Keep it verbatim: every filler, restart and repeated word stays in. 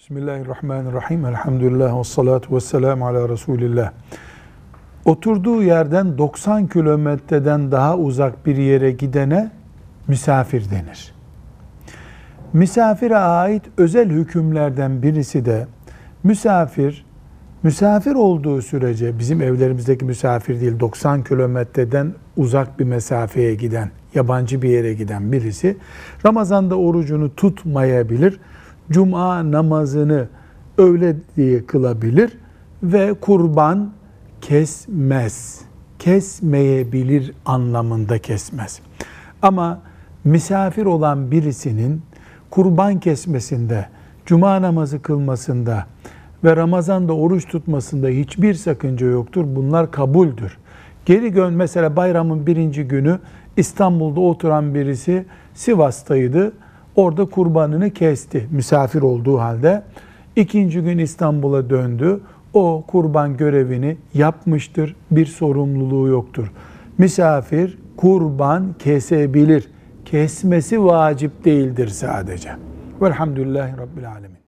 Bismillahirrahmanirrahim. Elhamdülillah ve salatu ve selamu ala Resulillah. Oturduğu yerden doksan kilometreden daha uzak bir yere gidene misafir denir. Misafire ait özel hükümlerden birisi de misafir, misafir olduğu sürece bizim evlerimizdeki misafir değil, doksan kilometreden uzak bir mesafeye giden, yabancı bir yere giden birisi Ramazan'da orucunu tutmayabilir. Cuma namazını öğle diye kılabilir ve kurban kesmez. Kesmeyebilir anlamında kesmez. Ama misafir olan birisinin kurban kesmesinde, cuma namazı kılmasında ve Ramazan'da oruç tutmasında hiçbir sakınca yoktur. Bunlar kabuldür. Geri gön mesela bayramın birinci günü İstanbul'da oturan birisi Sivas'taydı. Orada kurbanını kesti misafir olduğu halde. İkinci gün İstanbul'a döndü. O kurban görevini yapmıştır. Bir sorumluluğu yoktur. Misafir kurban kesebilir. Kesmesi vacip değildir sadece. Velhamdülillahi Rabbil Alemin.